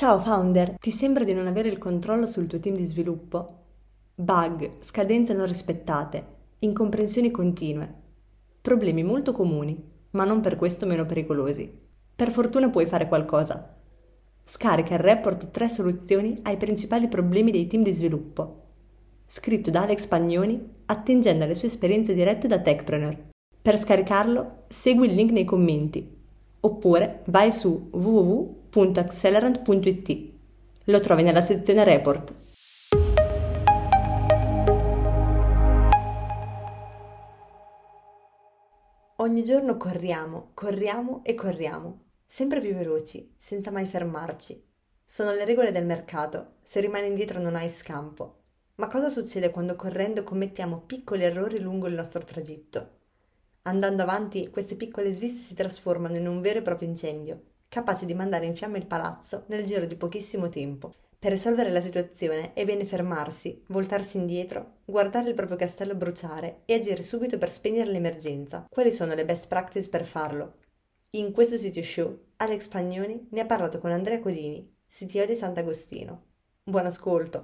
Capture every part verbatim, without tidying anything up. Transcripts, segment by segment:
Ciao founder, ti sembra di non avere il controllo sul tuo team di sviluppo? Bug, scadenze non rispettate, incomprensioni continue. Problemi molto comuni, ma non per questo meno pericolosi. Per fortuna puoi fare qualcosa. Scarica il report tre soluzioni ai principali problemi dei team di sviluppo. Scritto da Alex Pagnoni, attingendo alle sue esperienze dirette da techpreneur. Per scaricarlo, segui il link nei commenti oppure vai su w w w punto accelerant punto i t. Lo trovi nella sezione report. Ogni giorno corriamo, corriamo e corriamo, sempre più veloci, senza mai fermarci. Sono le regole del mercato, se rimani indietro non hai scampo. Ma cosa succede quando correndo commettiamo piccoli errori lungo il nostro tragitto? Andando avanti, queste piccole sviste si trasformano in un vero e proprio incendio, capace di mandare in fiamme il palazzo nel giro di pochissimo tempo. Per risolvere la situazione è bene fermarsi, voltarsi indietro, guardare il proprio castello bruciare e agire subito per spegnere l'emergenza. Quali sono le best practice per farlo? In questo sito show, Alex Pagnoni ne ha parlato con Andrea Codini, C T O di Sant'Agostino. Buon ascolto!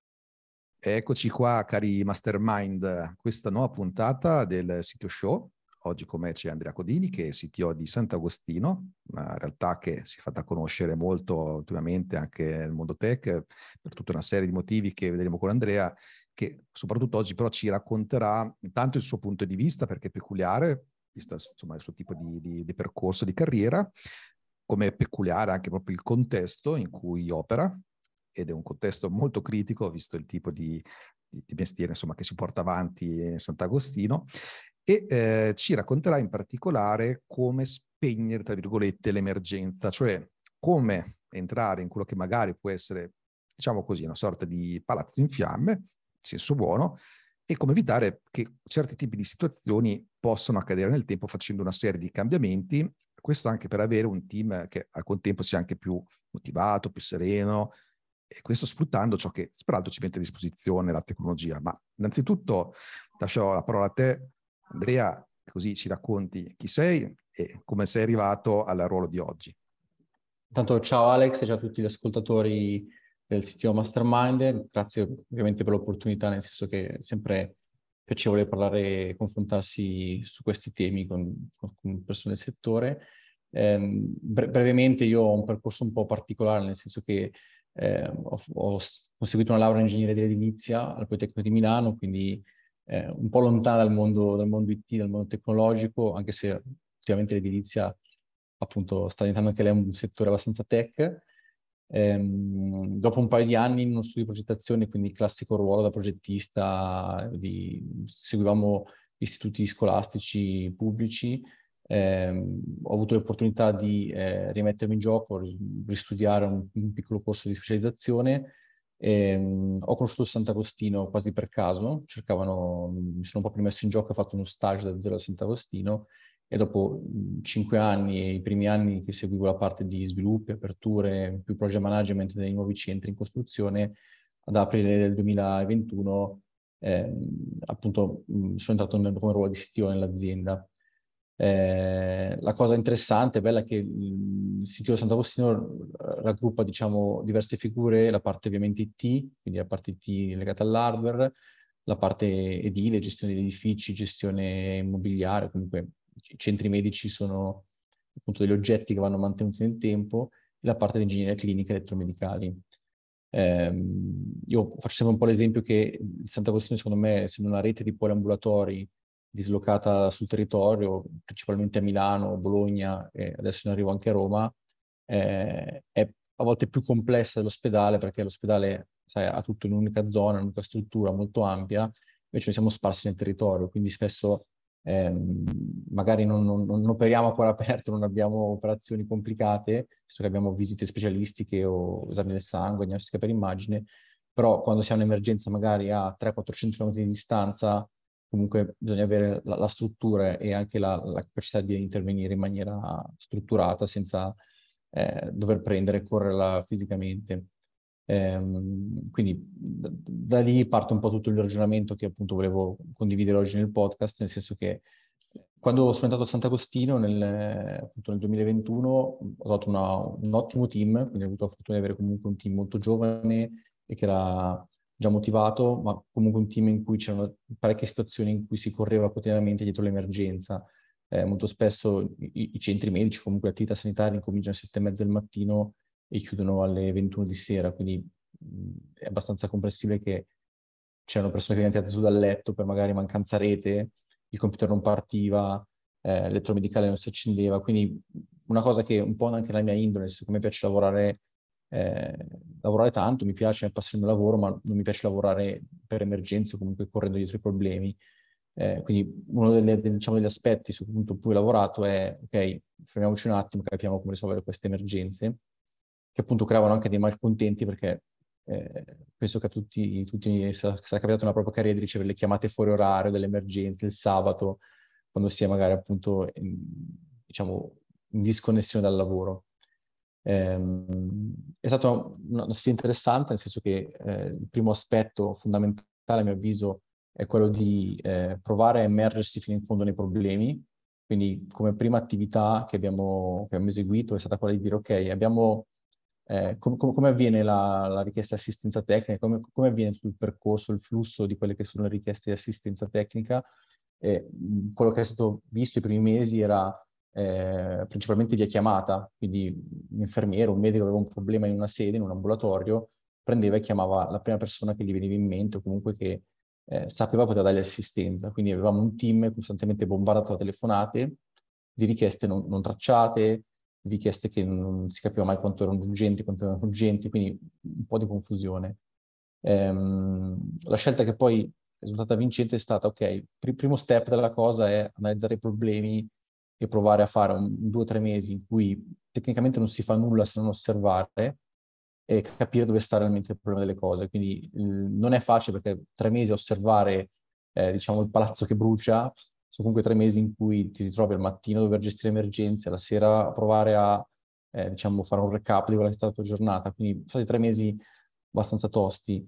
Eccoci qua, cari mastermind, questa nuova puntata del sito show. Oggi con me c'è Andrea Codini, che è C T O di Sant'Agostino, una realtà che si è fatta conoscere molto ultimamente anche nel mondo tech, per tutta una serie di motivi che vedremo con Andrea, che soprattutto oggi però ci racconterà intanto il suo punto di vista, perché è peculiare, visto insomma il suo tipo di, di, di percorso di carriera, come è peculiare anche proprio il contesto in cui opera, ed è un contesto molto critico, visto il tipo di, di, di mestiere insomma, che si porta avanti in Sant'Agostino, e eh, ci racconterà in particolare come spegnere, tra virgolette, l'emergenza, cioè come entrare in quello che magari può essere, diciamo così, una sorta di palazzo in fiamme, in senso buono, e come evitare che certi tipi di situazioni possano accadere nel tempo facendo una serie di cambiamenti, questo anche per avere un team che al contempo sia anche più motivato, più sereno, e questo sfruttando ciò che peraltro ci mette a disposizione la tecnologia. Ma innanzitutto lascio la parola a te, Andrea, così ci racconti chi sei e come sei arrivato al ruolo di oggi. Intanto ciao Alex e ciao a tutti gli ascoltatori del sito Mastermind, grazie ovviamente per l'opportunità, nel senso che è sempre piacevole parlare e confrontarsi su questi temi con, con persone del settore. Eh, bre- brevemente io ho un percorso un po' particolare, nel senso che eh, ho, ho, ho seguito una laurea in ingegneria dell'edilizia al Politecnico di Milano, quindi eh, un po' lontana dal mondo, dal mondo I T, dal mondo tecnologico, anche se ultimamente l'edilizia appunto sta diventando anche lei un settore abbastanza tech. Ehm, dopo un paio di anni in uno studio di progettazione, quindi il classico ruolo da progettista, di, seguivamo istituti scolastici pubblici, ehm, ho avuto l'opportunità di eh, rimettermi in gioco, ristudiare un, un piccolo corso di specializzazione. Ehm, ho conosciuto Sant'Agostino quasi per caso, cercavano, mi sono un po' più messo in gioco, ho fatto uno stage da zero a Sant'Agostino, e dopo mh, cinque anni e i primi anni che seguivo la parte di sviluppo, aperture, più project management dei nuovi centri in costruzione, ad aprile del duemilaventuno ehm, appunto mh, sono entrato nel, come ruolo di C T O nell'azienda. Eh, la cosa interessante e bella è che il sito di Sant'Agostino raggruppa, diciamo, diverse figure, la parte ovviamente I T, quindi la parte I T legata all'hardware, la parte edile, gestione degli edifici, gestione immobiliare, comunque i centri medici sono appunto degli oggetti che vanno mantenuti nel tempo, e la parte di ingegneria clinica e elettromedicali. Eh, io faccio sempre un po' l'esempio che il Sant'Agostino, secondo me, essendo una rete di poliambulatori dislocata sul territorio, principalmente a Milano, Bologna e adesso ne arrivo anche a Roma, eh, è a volte più complessa dell'ospedale, perché l'ospedale, sai, ha tutto in un'unica zona, un'unica struttura molto ampia, invece noi siamo sparsi nel territorio, quindi spesso ehm, magari non, non, non operiamo a cuore aperto, non abbiamo operazioni complicate, visto che abbiamo visite specialistiche o esami del sangue, diagnostica per immagine, però quando si ha un'emergenza magari a trecento quattrocento chilometri di distanza, comunque bisogna avere la, la struttura e anche la, la capacità di intervenire in maniera strutturata senza eh, dover prendere e correrla fisicamente. Ehm, quindi da, da lì parte un po' tutto il ragionamento che appunto volevo condividere oggi nel podcast, nel senso che Quando sono entrato a Sant'Agostino nel, appunto nel duemilaventuno ho trovato una, un ottimo team, quindi ho avuto la fortuna di avere comunque un team molto giovane e che era già motivato, ma comunque un team in cui c'erano parecchie situazioni in cui si correva quotidianamente dietro l'emergenza. Eh, molto spesso i, i centri medici, comunque le attività sanitarie, cominciano alle sette e mezza del mattino e chiudono alle ventuno di sera, quindi mh, è abbastanza comprensibile che c'erano persone che venivano tirate su dal letto per magari mancanza rete, il computer non partiva, eh, l'elettromedicale non si accendeva, quindi una cosa che un po' anche nella mia indole, nel senso che mi piace lavorare, eh, lavorare tanto, mi piace, mi appassiona il mio lavoro, ma non mi piace lavorare per emergenze o comunque correndo dietro i problemi. Eh, quindi uno delle, delle, diciamo, degli aspetti su cui ho lavorato è, ok, fermiamoci un attimo, capiamo come risolvere queste emergenze, che appunto creavano anche dei malcontenti perché eh, penso che a tutti, tutti sia, sia capitato nella propria carriera di ricevere le chiamate fuori orario delle emergenze, il sabato, quando si è magari appunto in, diciamo, in disconnessione dal lavoro. Ehm, è stata una, una sfida interessante, nel senso che eh, il primo aspetto fondamentale, a mio avviso, è quello di eh, provare a immergersi fino in fondo nei problemi. Quindi come prima attività che abbiamo, che abbiamo eseguito è stata quella di dire ok, abbiamo eh, com- com- come avviene la, la richiesta di assistenza tecnica, come, come avviene tutto il percorso, il flusso di quelle che sono le richieste di assistenza tecnica. E, mh, quello che è stato visto i primi mesi era eh, principalmente via chiamata, quindi un infermiero, un medico aveva un problema in una sede, in un ambulatorio, prendeva e chiamava la prima persona che gli veniva in mente o comunque che eh, sapeva poteva dargli assistenza. Quindi avevamo un team costantemente bombardato da telefonate di richieste non, non tracciate, richieste che non si capiva mai quanto erano urgenti, quanto erano urgenti, quindi un po' di confusione. Ehm, la scelta che poi è risultata vincente è stata, ok, il primo step della cosa è analizzare i problemi e provare a fare un, due o tre mesi in cui tecnicamente non si fa nulla se non osservare e capire dove sta realmente il problema delle cose. Quindi eh, non è facile perché tre mesi a osservare, eh, diciamo, il palazzo che brucia, sono comunque tre mesi in cui ti ritrovi al mattino a dover gestire emergenze, alla sera a provare a, eh, diciamo, fare un recap di quella che è stata la tua giornata. Quindi sono stati tre mesi abbastanza tosti.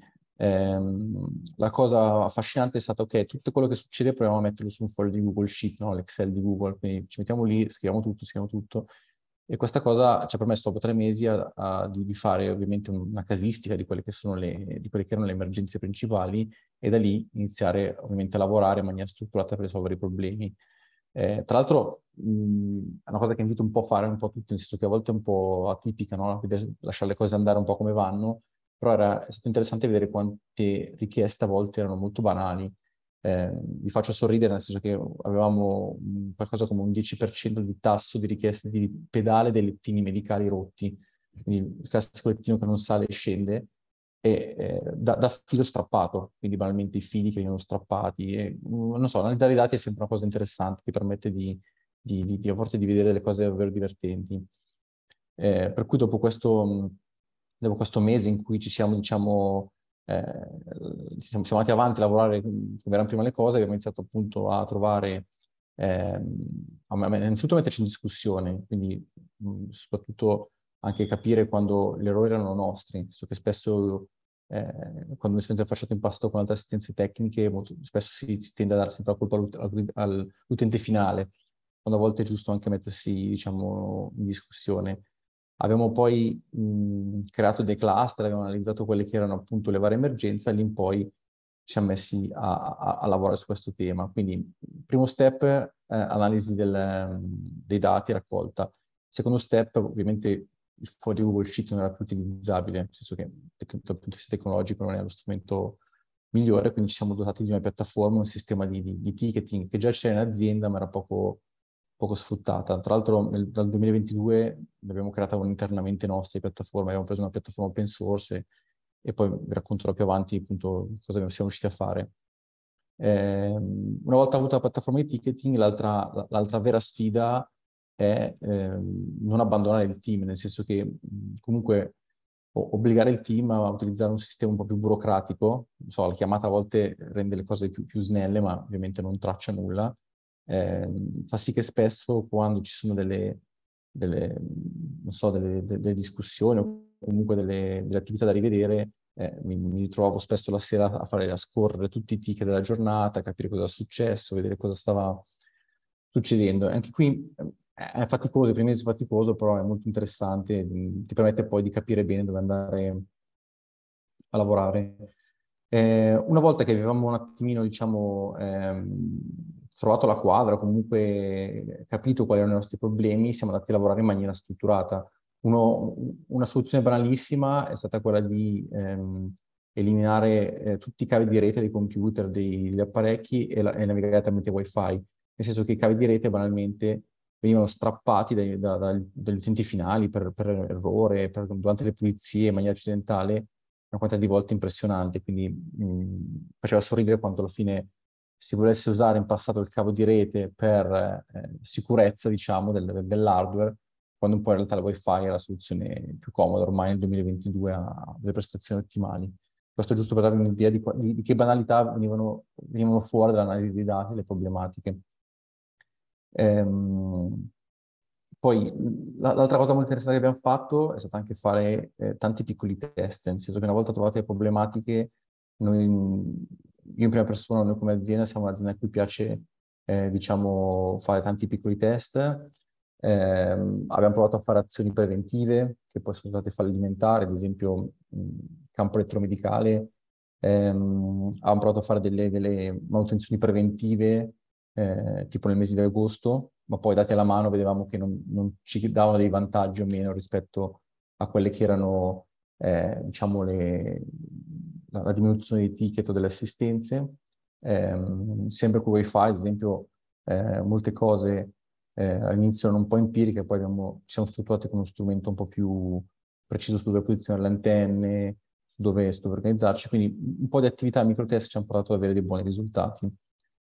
Ehm, la cosa affascinante è stata, ok, tutto quello che succede proviamo a metterlo su un foglio di Google Sheet, no? L'Excel di Google, quindi ci mettiamo lì, scriviamo tutto, scriviamo tutto. E questa cosa ci ha permesso dopo tre mesi a, a, di, di fare ovviamente una casistica di quelle che sono le, di quelle che erano le emergenze principali e da lì iniziare ovviamente a lavorare in maniera strutturata per risolvere i problemi. Eh, tra l'altro mh, è una cosa che invito un po' a fare un po' tutti, nel senso che a volte è un po' atipica, no? Lasciare le cose andare un po' come vanno, però era, è stato interessante vedere quante richieste a volte erano molto banali. Eh, vi faccio sorridere nel senso che avevamo mh, qualcosa come un dieci per cento di tasso di richieste di pedale dei lettini medicali rotti, quindi il classico lettino che non sale e scende, e eh, da, da filo strappato, quindi banalmente i fili che vengono strappati. E, mh, non so, analizzare i dati è sempre una cosa interessante, ti permette di, di, di, di a volte di vedere le cose davvero divertenti. Eh, per cui dopo questo, mh, dopo questo mese in cui ci siamo, diciamo, eh, siamo, siamo andati avanti a lavorare come erano prima le cose, abbiamo iniziato appunto a trovare, ehm, a, a, innanzitutto a metterci in discussione, quindi mh, soprattutto anche capire quando gli errori erano nostri, so che spesso eh, quando mi sono interfacciato in passato con altre assistenze tecniche, molto, spesso si, si tende a dare sempre la colpa all'ut- all'utente finale, quando a volte è giusto anche mettersi, diciamo, in discussione. Abbiamo poi mh, creato dei cluster, abbiamo analizzato quelle che erano appunto le varie emergenze e lì in poi ci siamo messi a, a, a lavorare su questo tema. Quindi, primo step, eh, analisi del, dei dati, raccolta. Secondo step, ovviamente il foglio Google Sheet non era più utilizzabile, nel senso che tec- dal punto di vista tecnologico non è lo strumento migliore, quindi ci siamo dotati di una piattaforma, un sistema di, di, di ticketing che già c'era in azienda, ma era poco, poco sfruttata. Tra l'altro nel, dal duemilaventidue ne abbiamo creata una internamente nostra di piattaforma, abbiamo preso una piattaforma open source e, e poi vi racconterò più avanti appunto cosa siamo riusciti a fare. Eh, una volta avuta la piattaforma di ticketing, l'altra, l'altra vera sfida è ehm, non abbandonare il team, nel senso che mh, comunque o- obbligare il team a utilizzare un sistema un po' più burocratico, non so, la chiamata a volte rende le cose più, più snelle, ma ovviamente non traccia nulla, ehm, fa sì che spesso quando ci sono delle, delle, non so, delle, de- delle discussioni o comunque delle, delle attività da rivedere, eh, mi, mi ritrovo spesso la sera a fare a scorrere tutti i ticket della giornata, capire cosa è successo, vedere cosa stava, succedendo. Anche qui è faticoso, i primi mesi è faticoso, però è molto interessante, ti permette poi di capire bene dove andare a lavorare. Eh, una volta che avevamo un attimino, diciamo, ehm, trovato la quadra, comunque capito quali erano i nostri problemi, siamo andati a lavorare in maniera strutturata. Uno, una soluzione banalissima è stata quella di ehm, eliminare eh, tutti i cavi di rete dei computer, dei, degli apparecchi e, la, e navigare tramite wifi, nel senso che i cavi di rete banalmente venivano strappati dai, da, da, dagli utenti finali per, per errore, per, durante le pulizie in maniera accidentale, una quantità di volte impressionante, quindi mh, faceva sorridere quanto alla fine si volesse usare in passato il cavo di rete per eh, sicurezza, diciamo, del, dell'hardware, quando poi in realtà il wifi è la soluzione più comoda, ormai nel duemilaventidue ha delle prestazioni ottimali. Questo giusto per darvi un'idea di, di, di che banalità venivano, venivano fuori dall'analisi dei dati, le problematiche. Ehm, poi l'altra cosa molto interessante che abbiamo fatto è stata anche fare eh, tanti piccoli test, nel senso che una volta trovate le problematiche, noi, io in prima persona, noi come azienda siamo un'azienda a cui piace eh, diciamo fare tanti piccoli test. Ehm, abbiamo provato a fare azioni preventive che poi sono state fallimentari, ad esempio mh, campo elettromedicale. Ehm, abbiamo provato a fare delle, delle manutenzioni preventive eh, tipo nel mese di agosto, ma poi dati alla mano vedevamo che non, non ci davano dei vantaggi o meno rispetto a quelle che erano, eh, diciamo, le, la, la diminuzione dei ticket o delle assistenze. Ehm, sempre con Wi-Fi, ad esempio, eh, molte cose eh, all'inizio erano un po' empiriche, poi abbiamo, ci siamo strutturati con uno strumento un po' più preciso su dove posizionare le antenne, su dove, su dove organizzarci, quindi un po' di attività microtest ci hanno portato ad avere dei buoni risultati.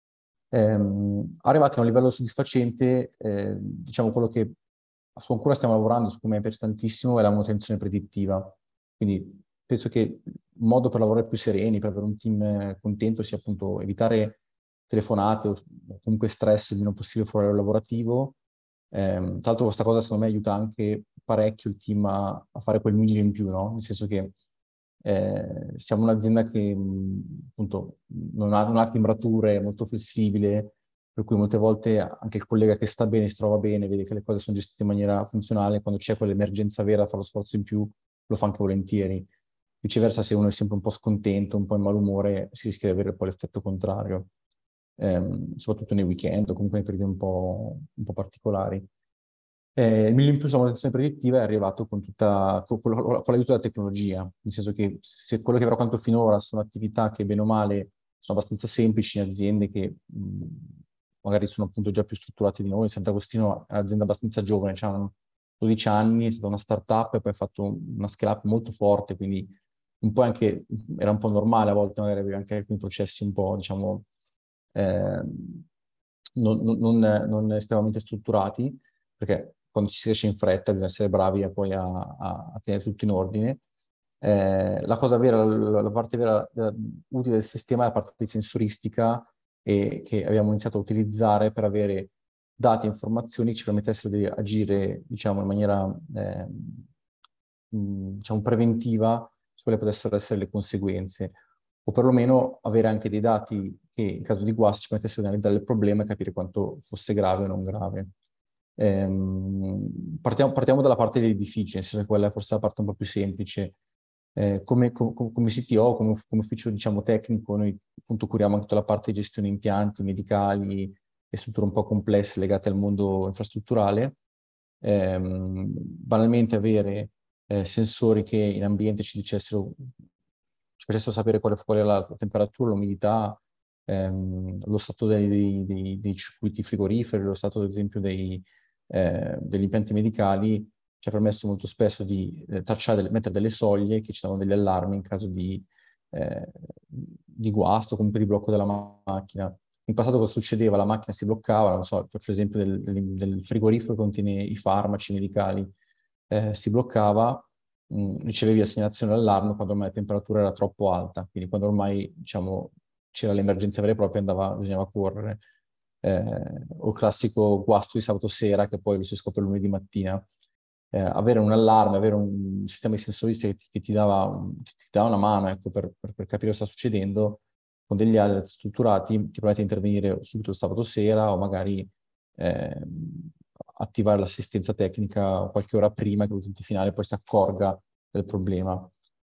Ehm, arrivati a un livello soddisfacente, eh, diciamo quello che su ancora stiamo lavorando, su cui mi piace tantissimo, è la manutenzione predittiva. Quindi penso che il modo per lavorare più sereni, per avere un team contento, sia appunto evitare telefonate o comunque stress il meno possibile fuori dal lavorativo. Ehm, tra l'altro questa cosa secondo me aiuta anche parecchio il team a, a fare quel miglio in più, no? Nel senso che eh, siamo un'azienda che mh, appunto non ha, non ha timbrature, è molto flessibile, per cui molte volte anche il collega che sta bene, si trova bene, vede che le cose sono gestite in maniera funzionale, quando c'è quell'emergenza vera, fa lo sforzo in più, lo fa anche volentieri. Viceversa, se uno è sempre un po' scontento, un po' in malumore, si rischia di avere poi l'effetto contrario, ehm, soprattutto nei weekend o comunque nei periodi un po', un po' particolari. Eh, il miglio in più sulla manutenzione predittiva è arrivato con, tutta, con, con l'aiuto della tecnologia, nel senso che se quello che avrò quanto finora sono attività che bene o male sono abbastanza semplici in aziende che mh, magari sono appunto già più strutturate di noi. Sant'Agostino è un'azienda abbastanza giovane, cioè dodici anni, è stata una startup e poi ha fatto una scale up molto forte, quindi un po' anche, era un po' normale a volte magari avere anche alcuni processi un po', diciamo, eh, non, non, non estremamente strutturati, perché quando ci si riesce in fretta bisogna essere bravi a poi a, a, a tenere tutto in ordine. Eh, la cosa vera, la, la parte vera eh, utile del sistema è la parte di sensoristica e, che abbiamo iniziato a utilizzare per avere dati e informazioni che ci permettessero di agire, diciamo, in maniera eh, mh, diciamo, preventiva su quelle potessero essere le conseguenze, o perlomeno avere anche dei dati che in caso di guasti ci permettessero di analizzare il problema e capire quanto fosse grave o non grave. Ehm, partiamo, partiamo dalla parte degli edifici, nel senso che quella è forse la parte un po' più semplice. Eh, come, com, come C T O, come, come ufficio diciamo, tecnico, noi appunto curiamo anche tutta la parte di gestione impianti medicali e strutture un po' complesse legate al mondo infrastrutturale. Ehm, banalmente avere eh, sensori che in ambiente ci dicessero, ci facessero sapere quale, qual è la temperatura, l'umidità, ehm, lo stato dei, dei, dei, dei circuiti frigoriferi, lo stato ad esempio dei, eh, degli impianti medicali, ci ha permesso molto spesso di eh, tracciare, delle, mettere delle soglie che ci davano degli allarmi in caso di, eh, di guasto, comunque di blocco della ma- macchina. In passato cosa succedeva? La macchina si bloccava, non so, faccio l'esempio del, del, del frigorifero che contiene i farmaci medicali, eh, si bloccava, mh, ricevevi la segnalazione d'allarme quando ormai la temperatura era troppo alta, quindi quando ormai, diciamo, c'era l'emergenza vera e propria, andava, bisognava correre. Eh, o il classico guasto di sabato sera che poi lo si scopre lunedì mattina. Eh, avere un allarme, avere un sistema di sensoristica che ti, che ti dava, un, ti dava una mano, ecco, per, per, per capire cosa sta succedendo, con degli alert strutturati ti permette di intervenire subito il sabato sera o magari eh, attivare l'assistenza tecnica qualche ora prima che l'utente finale poi si accorga del problema.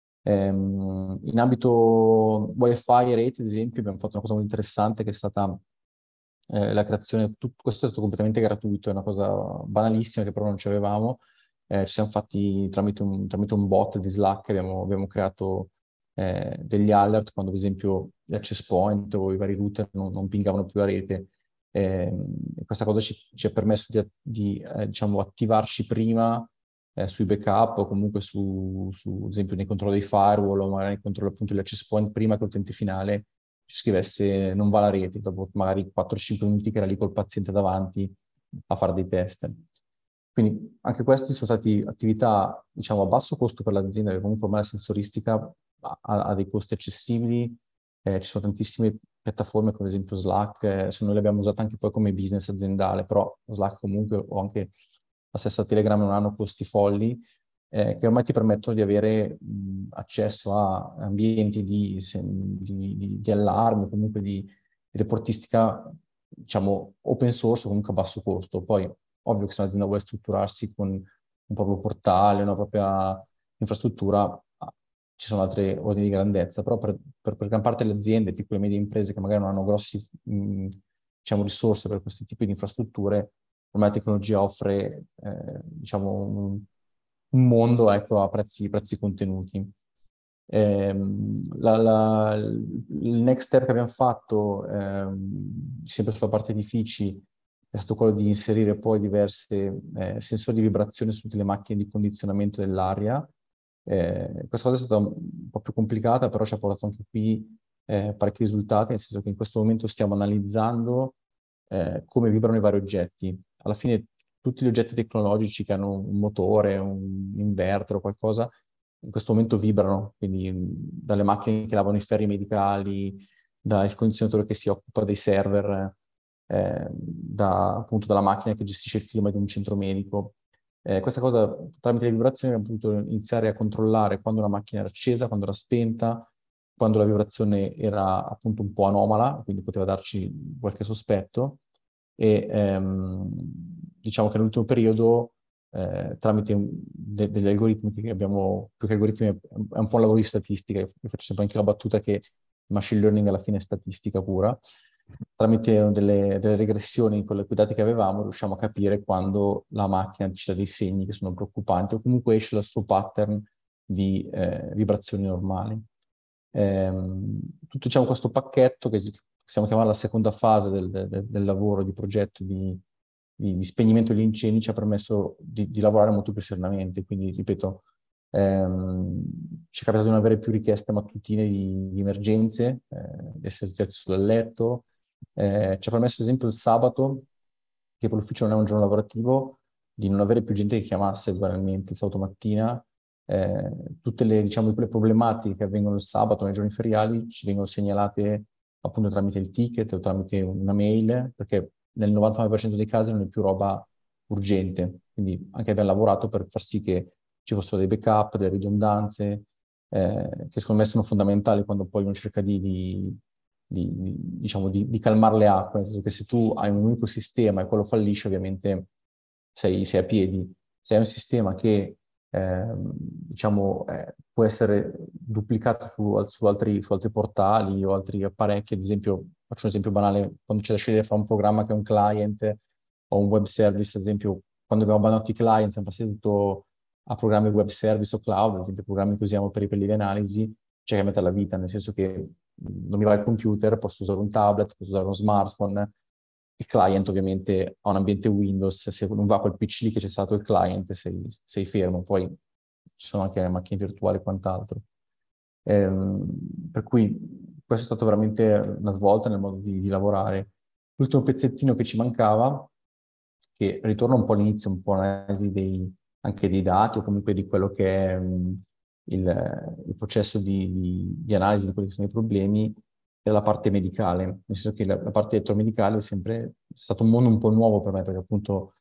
Ehm, in ambito Wi-Fi e rete, ad esempio, abbiamo fatto una cosa molto interessante che è stata eh, la creazione, tutto questo è stato completamente gratuito, è una cosa banalissima che però non ci avevamo. Eh, ci siamo fatti tramite un, tramite un bot di Slack, abbiamo, abbiamo creato eh, degli alert quando ad esempio gli access point o i vari router non, non pingavano più la rete. Eh, e questa cosa ci, ci ha permesso di, di eh, diciamo, attivarci prima eh, sui backup o comunque su, su, ad esempio nei controlli dei firewall o magari nei controlli appunto degli access point prima che l'utente finale ci scrivesse non va la rete, dopo magari quattro cinque minuti che era lì col paziente davanti a fare dei test. Quindi anche queste sono state attività, diciamo, a basso costo per l'azienda, che comunque ormai la sensoristica ha, ha dei costi accessibili. Eh, ci sono tantissime piattaforme, come ad esempio Slack, eh, se noi le abbiamo usate anche poi come business aziendale, però Slack comunque o anche la stessa Telegram non hanno costi folli, eh, che ormai ti permettono di avere mh, accesso a ambienti di, di, di, di allarme, comunque di, di reportistica, diciamo, open source o comunque a basso costo. Poi, ovvio che se un'azienda vuole strutturarsi con un proprio portale, una propria infrastruttura, ci sono altre ordini di grandezza, però per, per, per gran parte delle aziende, piccole e medie imprese che magari non hanno grossi mh, diciamo, risorse per questi tipi di infrastrutture, ormai la tecnologia offre eh, diciamo, un, un mondo ecco, a prezzi, prezzi contenuti. Ehm, la, la, il next step che abbiamo fatto, ehm, sempre sulla parte edifici, è stato quello di inserire poi diversi eh, sensori di vibrazione su tutte le macchine di condizionamento dell'aria. Eh, questa cosa è stata un po' più complicata, però ci ha portato anche qui eh, parecchi risultati, nel senso che in questo momento stiamo analizzando eh, come vibrano i vari oggetti. Alla fine tutti gli oggetti tecnologici che hanno un motore, un inverter o qualcosa, in questo momento vibrano, quindi mh, dalle macchine che lavano i ferri medicali, dal condizionatore che si occupa dei server, eh, da, appunto dalla macchina che gestisce il clima di un centro medico. Eh, questa cosa, tramite le vibrazioni, abbiamo potuto iniziare a controllare quando una macchina era accesa, quando era spenta, quando la vibrazione era appunto un po' anomala, quindi poteva darci qualche sospetto. E ehm, diciamo che nell'ultimo periodo, eh, tramite un, de, degli algoritmi che abbiamo, più che algoritmi, è un po' un lavoro di statistica. Io faccio sempre anche la battuta che il machine learning alla fine è statistica pura. Tramite delle, delle regressioni con quei dati che avevamo, riusciamo a capire quando la macchina ci dà dei segni che sono preoccupanti o comunque esce dal suo pattern di eh, vibrazioni normali. Ehm, tutto diciamo, questo pacchetto, che possiamo chiamare la seconda fase del, del, del lavoro di progetto di, di, di spegnimento degli incendi, ci ha permesso di, di lavorare molto più serenamente. Quindi, ripeto, ehm, ci è capitato di non avere più richieste mattutine di, di emergenze, eh, di essere sdraiati sul letto. Eh, ci ha permesso, ad esempio, il sabato, che per l'ufficio non è un giorno lavorativo, di non avere più gente che chiamasse banalmente il sabato mattina. Eh, tutte le, diciamo, le problematiche che avvengono il sabato, nei giorni feriali, ci vengono segnalate appunto tramite il ticket o tramite una mail, perché nel novantanove per cento dei casi non è più roba urgente. Quindi anche abbiamo lavorato per far sì che ci fossero dei backup, delle ridondanze, eh, che secondo me sono fondamentali quando poi uno cerca di, di, di, di, diciamo, di, di calmare le acque, nel senso che se tu hai un unico sistema e quello fallisce, ovviamente sei, sei a piedi. Se hai un sistema che eh, diciamo, eh, può essere duplicato su, su, altri, su altri portali o altri apparecchi, ad esempio, faccio un esempio banale, quando c'è da scegliere fra un programma che è un client o un web service, ad esempio, quando abbiamo abbandonato i client, siamo passati tutto a programmi web service o cloud, ad esempio programmi che usiamo per i pelli di analisi, c'è che mettere la vita, nel senso che non mi va il computer, posso usare un tablet, posso usare uno smartphone. Il client ovviamente ha un ambiente Windows, se non va quel P C lì che c'è stato il client, sei, sei fermo. Poi ci sono anche macchine virtuali e quant'altro. Ehm, per cui questo è stato veramente una svolta nel modo di, di lavorare. L'ultimo pezzettino che ci mancava, che ritorna un po' all'inizio, un po' analisi dei, anche dei dati o comunque di quello che è um, il, il processo di, di, di analisi di quelli che sono i problemi, è la parte medicale, nel senso che la, la parte elettromedicale è sempre è stato un mondo un po' nuovo per me, perché appunto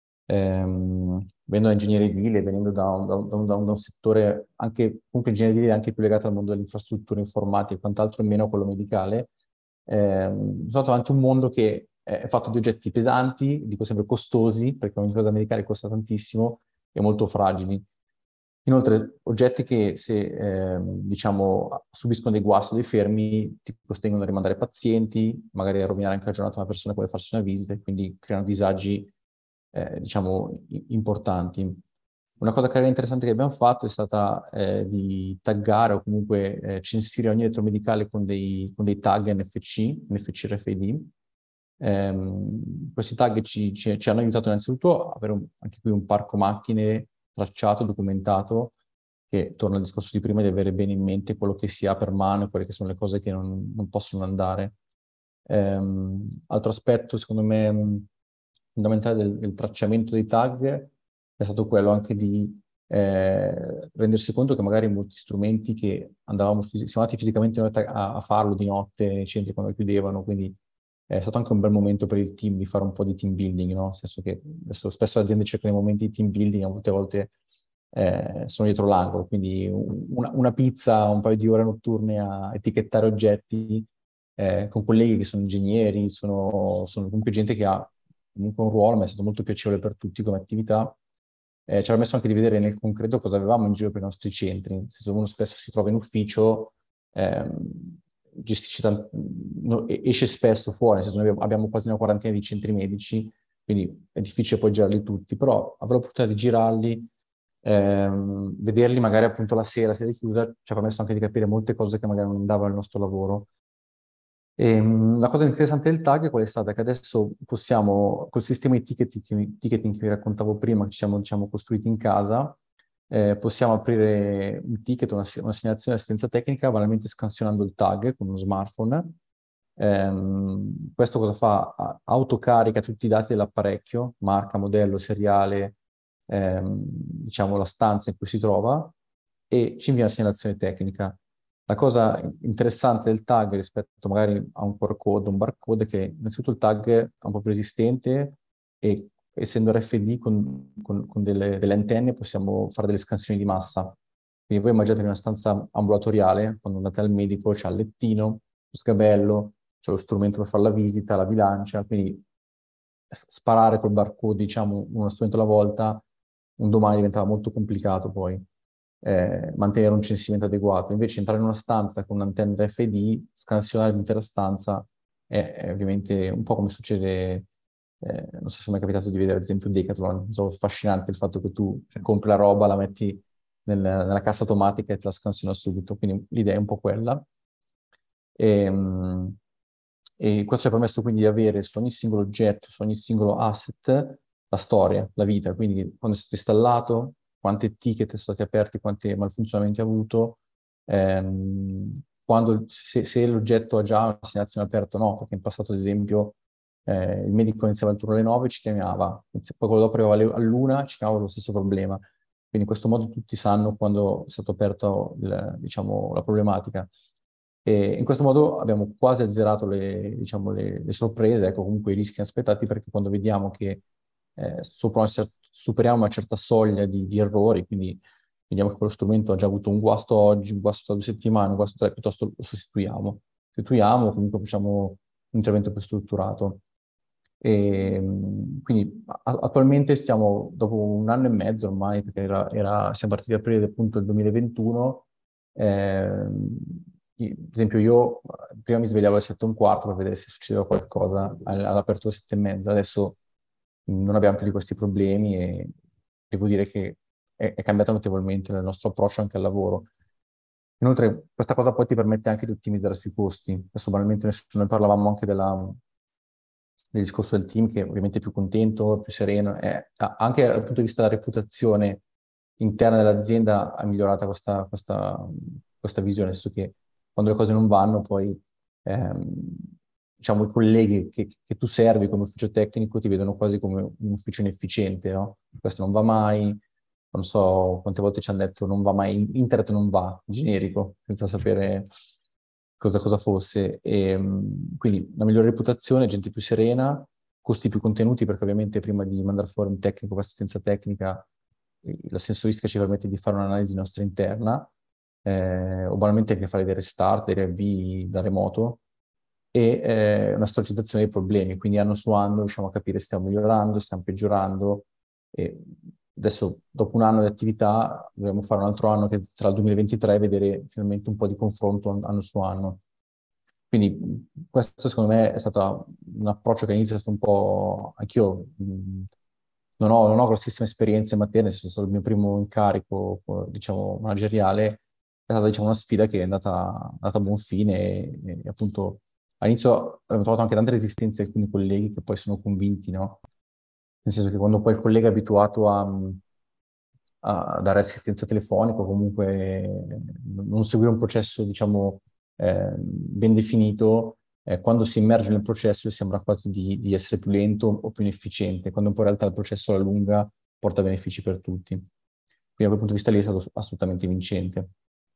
ehm, venendo da ingegneria edile, venendo da un, da, un, da, un, da un settore anche, comunque ingegneria edile anche più legato al mondo dell'infrastruttura informatica e quant'altro, meno a quello medicale, ehm, sono stato davanti a un mondo che è fatto di oggetti pesanti, dico sempre costosi, perché ogni cosa medicale costa tantissimo, e molto fragili. Inoltre, oggetti che se, eh, diciamo, subiscono dei guasti o dei fermi ti costringono a rimandare pazienti, magari a rovinare anche la giornata a una persona che vuole farsi una visita, e quindi creano disagi, eh, diciamo, i- importanti. Una cosa carina e interessante che abbiamo fatto è stata eh, di taggare o comunque eh, censire ogni elettromedicale con dei, con dei tag N F C, N F C R F I D. Ehm, questi tag ci, ci- ci hanno aiutato innanzitutto a avere un- anche qui un parco macchine tracciato, documentato, che torna al discorso di prima di avere bene in mente quello che si ha per mano e quelle che sono le cose che non, non possono andare. Ehm, altro aspetto, secondo me, mh, fondamentale del, del tracciamento dei tag è stato quello anche di eh, rendersi conto che magari molti strumenti che andavamo, fisi- siamo andati fisicamente noi a, a farlo di notte nei centri quando chiudevano, quindi è stato anche un bel momento per il team di fare un po' di team building, no? Nel senso che adesso spesso le aziende cercano i momenti di team building, a molte volte eh, sono dietro l'angolo, quindi un- una, una pizza, un paio di ore notturne a etichettare oggetti eh, con colleghi che sono ingegneri, sono, sono comunque gente che ha comunque un ruolo, ma è stato molto piacevole per tutti come attività. Eh, ci ha permesso anche di vedere nel concreto cosa avevamo in giro per i nostri centri. Nel senso, uno spesso si trova in ufficio, ehm, gestisce tant- no, e- esce spesso fuori, nel senso, noi abbiamo abbiamo quasi una quarantina di centri medici, quindi è difficile poi girarli tutti, però avere l'opportunità di girarli, ehm, vederli magari appunto la sera, sera chiusa, ci ha permesso anche di capire molte cose che magari non andavano al nostro lavoro. E, mh, la cosa interessante del tag qual è stata? Che adesso possiamo, col sistema di ticketing, ticketing che vi raccontavo prima, che ci siamo, diciamo, costruiti in casa, eh, possiamo aprire un ticket, una, una segnalazione di assistenza tecnica, banalmente scansionando il tag con uno smartphone. Ehm, questo cosa fa? A- Autocarica tutti i dati dell'apparecchio, marca, modello, seriale, ehm, diciamo la stanza in cui si trova, e ci invia una segnalazione tecnica. La cosa interessante del tag rispetto magari a un Q R code, un barcode, è che innanzitutto il tag è un po' più resistente e essendo R F D con, con- con delle, delle antenne possiamo fare delle scansioni di massa. Quindi voi immaginate in una stanza ambulatoriale, quando andate al medico, c'è il lettino, lo sgabello, c'è lo strumento per fare la visita, la bilancia, quindi s- sparare col barcode, diciamo, uno strumento alla volta, un domani diventava molto complicato poi eh, mantenere un censimento adeguato. Invece entrare in una stanza con un'antenna R F I D, scansionare l'intera stanza, è, è ovviamente un po' come succede, eh, non so se è mai capitato di vedere ad esempio Decathlon, è affascinante il fatto che tu Sì. compri la roba, la metti nel- nella cassa automatica e te la scansiona subito, quindi l'idea è un po' quella. E, mh, e questo ci ha permesso quindi di avere su ogni singolo oggetto, su ogni singolo asset, la storia, la vita, quindi quando è stato installato, quante ticket sono stati aperti, quanti malfunzionamenti ha avuto, ehm, quando, se, se l'oggetto ha già una segnalazione aperta o no, perché in passato ad esempio eh, il medico iniziava il turno alle nove, ci chiamava, poi quello dopo arrivava alle- all'una, ci chiamava lo stesso problema. Quindi in questo modo tutti sanno quando è stato aperto il- diciamo, la problematica. E in questo modo abbiamo quasi azzerato le, diciamo, le, le sorprese, ecco, comunque i rischi aspettati, perché quando vediamo che eh, sopra una cer- superiamo una certa soglia di, di errori, quindi vediamo che quello strumento ha già avuto un guasto oggi, un guasto tra due settimane, un guasto tra, piuttosto lo sostituiamo. Sostituiamo, comunque facciamo un intervento più strutturato. E, mh, quindi a- attualmente stiamo, dopo un anno e mezzo ormai, perché era, era- siamo partiti ad aprile appunto del duemilaventuno, ehm, io- ad esempio io eh, prima mi svegliavo alle sette e un quarto per vedere se succedeva qualcosa all- all'apertura alle sette e mezza, adesso mh, non abbiamo più di questi problemi e devo dire che è, è cambiato notevolmente il nostro approccio anche al lavoro. Inoltre, questa cosa poi ti permette anche di ottimizzare sui costi. Adesso banalmente nessuno- noi parlavamo anche della, del discorso del team, che ovviamente è più contento, più sereno. E a- anche dal punto di vista della reputazione interna dell'azienda ha migliorato questa, questa, questa visione, nel senso che quando le cose non vanno, poi ehm, diciamo i colleghi che, che tu servi come ufficio tecnico ti vedono quasi come un ufficio inefficiente, no? Questo non va mai, non so quante volte ci hanno detto non va mai, internet non va, generico, senza sapere cosa, cosa fosse. E, mh, quindi una migliore reputazione, gente più serena, costi più contenuti, perché ovviamente prima di mandare fuori un tecnico per assistenza tecnica, eh, la sensoristica ci permette di fare un'analisi nostra interna, eh, o banalmente anche fare dei restart, dei riavvii da remoto, e eh, una storicizzazione dei problemi, quindi anno su anno riusciamo a capire se stiamo migliorando, se stiamo peggiorando. E adesso, dopo un anno di attività, dovremo fare un altro anno che sarà il duemilaventitré e vedere finalmente un po' di confronto an- anno su anno. Quindi questo secondo me è stato un approccio che all'inizio è stato un po'... Anch'io mh, non ho, non ho grossissime esperienze in materia, nel senso è stato il mio primo incarico, eh, diciamo, manageriale, è stata diciamo, una sfida che è andata, andata a buon fine e, e appunto all'inizio abbiamo trovato anche tante resistenze di alcuni colleghi che poi sono convinti, no? Nel senso che quando poi il collega è abituato a, a dare assistenza telefonica o comunque non seguire un processo, diciamo, eh, ben definito, eh, quando si immerge nel processo sembra quasi di, di essere più lento o più inefficiente, quando poi in realtà il processo alla lunga porta benefici per tutti. Quindi da quel punto di vista lì è stato assolutamente vincente.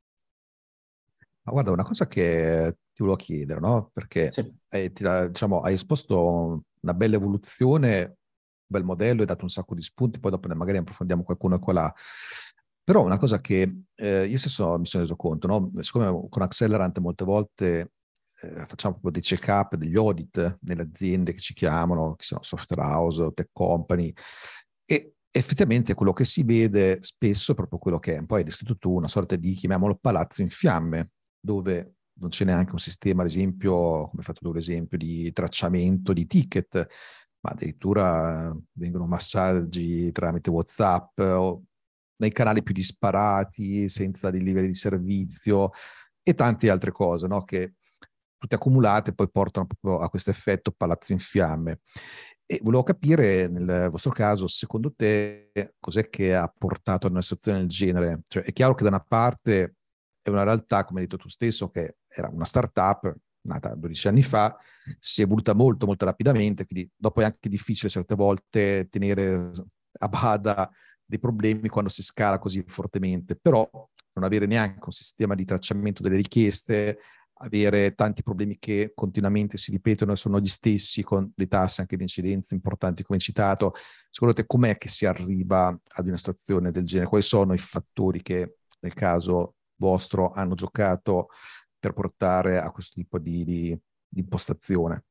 Ma guarda, una cosa che ti volevo chiedere, no? Perché Sì. hai, ti- diciamo, hai esposto una bella evoluzione, un bel modello, hai dato un sacco di spunti, poi dopo ne magari approfondiamo qualcuno e qua. Però una cosa che eh, io stesso mi sono reso conto, no? Siccome con Accelerant molte volte eh, facciamo proprio dei check-up, degli audit nelle aziende che ci chiamano, che siano software house o tech company, e effettivamente quello che si vede spesso è proprio quello che è, un po' hai descritto tu, una sorta di, chiamiamolo, palazzo in fiamme, dove non c'è neanche un sistema, ad esempio, come hai fatto tu l'esempio, di tracciamento di ticket, ma addirittura vengono massaggi tramite WhatsApp o nei canali più disparati, senza dei livelli di servizio e tante altre cose, no? Che tutte accumulate poi portano proprio a questo effetto palazzo in fiamme. E volevo capire, nel vostro caso, secondo te, cos'è che ha portato a una situazione del genere? Cioè, è chiaro che da una parte è una realtà, come hai detto tu stesso, che era una startup nata dodici anni fa, si è evoluta molto, molto rapidamente, quindi dopo è anche difficile certe volte tenere a bada dei problemi quando si scala così fortemente, però non avere neanche un sistema di tracciamento delle richieste, avere tanti problemi che continuamente si ripetono e sono gli stessi, con dei tassi anche di incidenza importanti come citato. Secondo te com'è che si arriva ad una situazione del genere? Quali sono i fattori che nel caso vostro hanno giocato per portare a questo tipo di, di, di impostazione?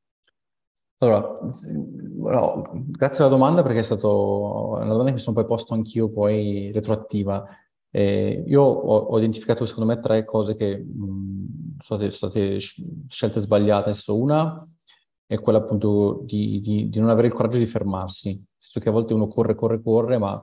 Allora, s- no, grazie alla domanda perché è stato una domanda che mi sono poi posto anch'io poi retroattiva. Eh, io ho, ho identificato secondo me tre cose che mh, sono state, sono state sc- scelte sbagliate. Adesso una è quella appunto di, di- di non avere il coraggio di fermarsi, nel senso che a volte uno corre, corre, corre, ma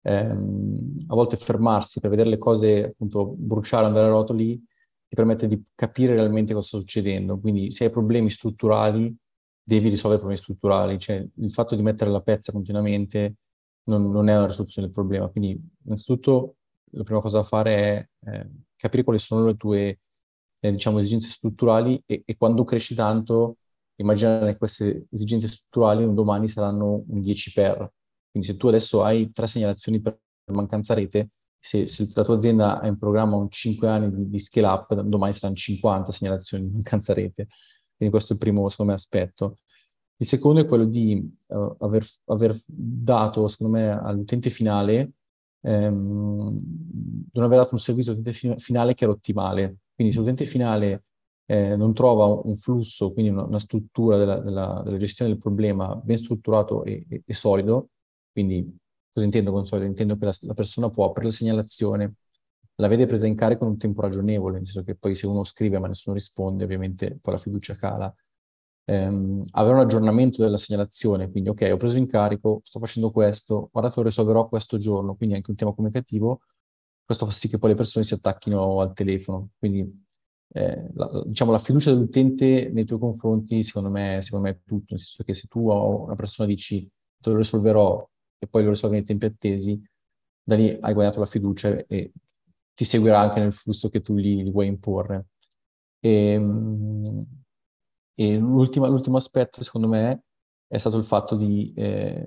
ehm, a volte fermarsi per vedere le cose appunto bruciare, andare a rotoli, ti permette di capire realmente cosa sta succedendo. Quindi se hai problemi strutturali devi risolvere problemi strutturali, cioè il fatto di mettere la pezza continuamente non, non è una risoluzione del problema. Quindi, innanzitutto, la prima cosa da fare è eh, capire quali sono le tue, eh, diciamo, esigenze strutturali e, e quando cresci tanto, immaginare che queste esigenze strutturali un domani saranno un dieci per. Quindi se tu adesso hai tre segnalazioni per mancanza rete, se, se la tua azienda ha in programma un cinque anni di, di scale up, domani saranno cinquanta segnalazioni di mancanza rete. Quindi questo è il primo, secondo me, aspetto. Il secondo è quello di eh, aver, aver dato, secondo me, all'utente finale, ehm, non aver dato un servizio all'utente fi- finale che era ottimale. Quindi se l'utente finale eh, non trova un flusso, quindi una, una struttura della, della- della gestione del problema ben strutturato e, e- e solido, quindi cosa intendo con solido? Intendo che la, la persona può aprire la segnalazione, la vede presa in carico in un tempo ragionevole, nel senso che poi se uno scrive ma nessuno risponde, ovviamente poi la fiducia cala. Ehm, avere un aggiornamento della segnalazione, quindi ok, ho preso in carico, sto facendo questo, guarda che lo risolverò questo giorno, quindi anche un tema comunicativo, questo fa sì che poi le persone si attacchino al telefono. Quindi eh, la, diciamo la fiducia dell'utente nei tuoi confronti, secondo me, secondo me è tutto, nel senso che se tu a una persona dici te lo risolverò e poi lo risolvi nei tempi attesi, da lì hai guadagnato la fiducia e ti seguirà anche nel flusso che tu gli, gli vuoi imporre. E, mh, e l'ultima- l'ultimo aspetto, secondo me, è stato il fatto di eh,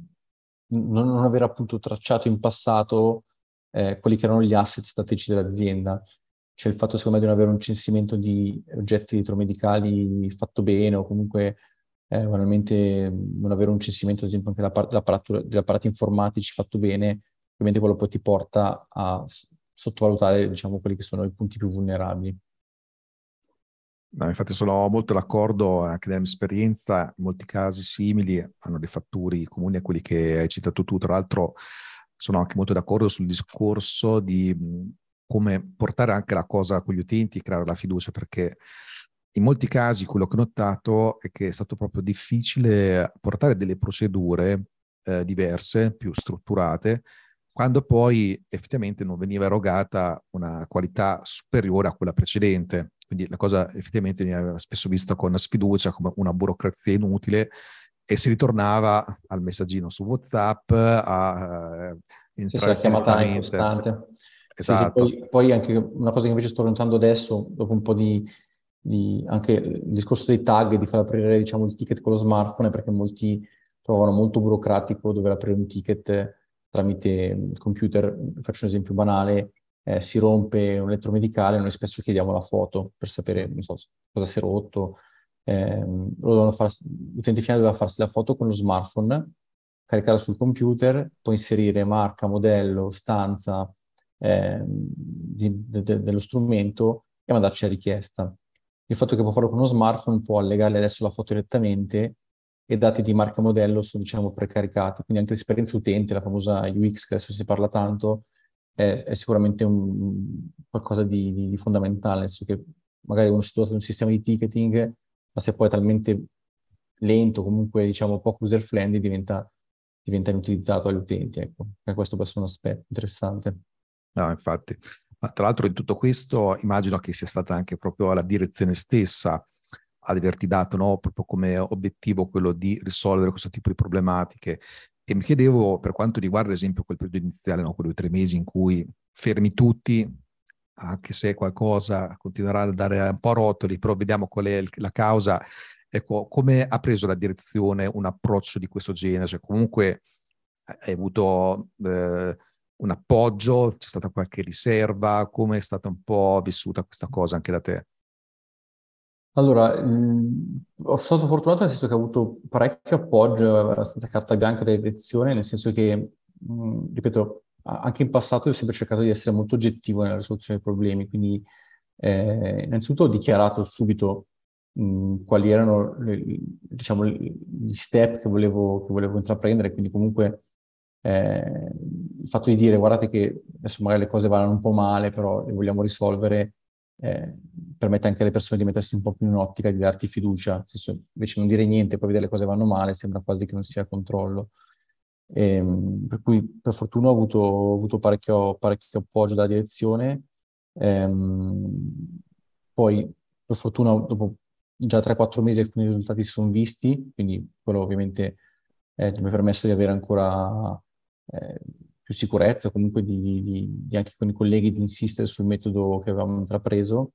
non, non aver appunto tracciato in passato eh, quelli che erano gli asset strategici dell'azienda. Cioè il fatto, secondo me, di non avere un censimento di oggetti elettromedicali fatto bene o comunque eh, banalmente non avere un censimento, ad esempio, anche della par- dell'apparato- degli apparati informatici fatto bene, ovviamente quello poi ti porta a s- sottovalutare, diciamo, quelli che sono i punti più vulnerabili. No, infatti sono molto d'accordo, anche nella mia esperienza, in molti casi simili hanno dei fattori comuni a quelli che hai citato tu. Tra l'altro sono anche molto d'accordo sul discorso di mh, come portare anche la cosa con gli utenti e creare la fiducia, perché in molti casi quello che ho notato è che è stato proprio difficile portare delle procedure eh, diverse, più strutturate, quando poi effettivamente non veniva erogata una qualità superiore a quella precedente. Quindi la cosa effettivamente viene spesso vista con sfiducia, come una burocrazia inutile, e si ritornava al messaggino su WhatsApp, a eh, Sì, sì, entrare la chiamata è direttamente. costante. Sì, sì, Esatto. poi, poi anche una cosa che invece sto notando adesso, dopo un po' di, di- anche il discorso dei tag, di far aprire, diciamo, il ticket con lo smartphone, è perché molti trovano molto burocratico dover aprire un ticket tramite il computer. Faccio un esempio banale: eh, si rompe un elettromedicale, noi spesso chiediamo la foto per sapere, non so, cosa si è rotto. Ehm, lo devono far- l'utente finale doveva farsi la foto con lo smartphone, caricarla sul computer, poi inserire marca, modello, stanza ehm, di- de- de- dello strumento e mandarci la richiesta. Il fatto che può farlo con uno smartphone può allegare adesso la foto direttamente e i dati di marca e modello sono, diciamo, precaricati. Quindi anche l'esperienza utente, la famosa U X che adesso si parla tanto, è, è sicuramente un, qualcosa di, di- di fondamentale, nel senso che magari uno si dota di un sistema di ticketing, ma se poi è talmente lento, comunque diciamo poco user-friendly, diventa, diventa inutilizzato agli utenti, ecco. E questo può essere un aspetto interessante. No, infatti. Ma tra l'altro in tutto questo immagino che sia stata anche proprio la direzione stessa ad averti dato, no, proprio come obiettivo quello di risolvere questo tipo di problematiche. E mi chiedevo, per quanto riguarda ad esempio quel periodo iniziale, no, quei tre mesi in cui fermi tutti, anche se qualcosa continuerà a dare un po' a rotoli, però vediamo qual è il- la causa. Ecco, come ha preso la direzione un approccio di questo genere? Cioè, comunque hai avuto eh, un appoggio, c'è stata qualche riserva, come è stata un po' vissuta questa cosa anche da te? Allora, mh, ho stato fortunato nel senso che ho avuto parecchio appoggio, abbastanza carta bianca da direzione, nel senso che, mh, ripeto, a- anche in passato ho sempre cercato di essere molto oggettivo nella risoluzione dei problemi, quindi eh, innanzitutto ho dichiarato subito mh, quali erano le- diciamo, gli step che volevo, che volevo intraprendere, quindi comunque eh, il fatto di dire guardate che adesso magari le cose vanno un po' male, però le vogliamo risolvere, eh, permette anche alle persone di mettersi un po' più in un'ottica, di darti fiducia. Nel senso, invece non dire niente e poi vedere le cose vanno male, sembra quasi che non sia a controllo. Ehm, per cui per fortuna ho avuto, ho avuto parecchio, parecchio appoggio dalla direzione. Ehm, Poi per fortuna dopo già tre quattro mesi alcuni risultati si sono visti, quindi quello ovviamente eh, mi ha permesso di avere ancora eh, più sicurezza, comunque di, di- di- di anche con i colleghi di insistere sul metodo che avevamo intrapreso.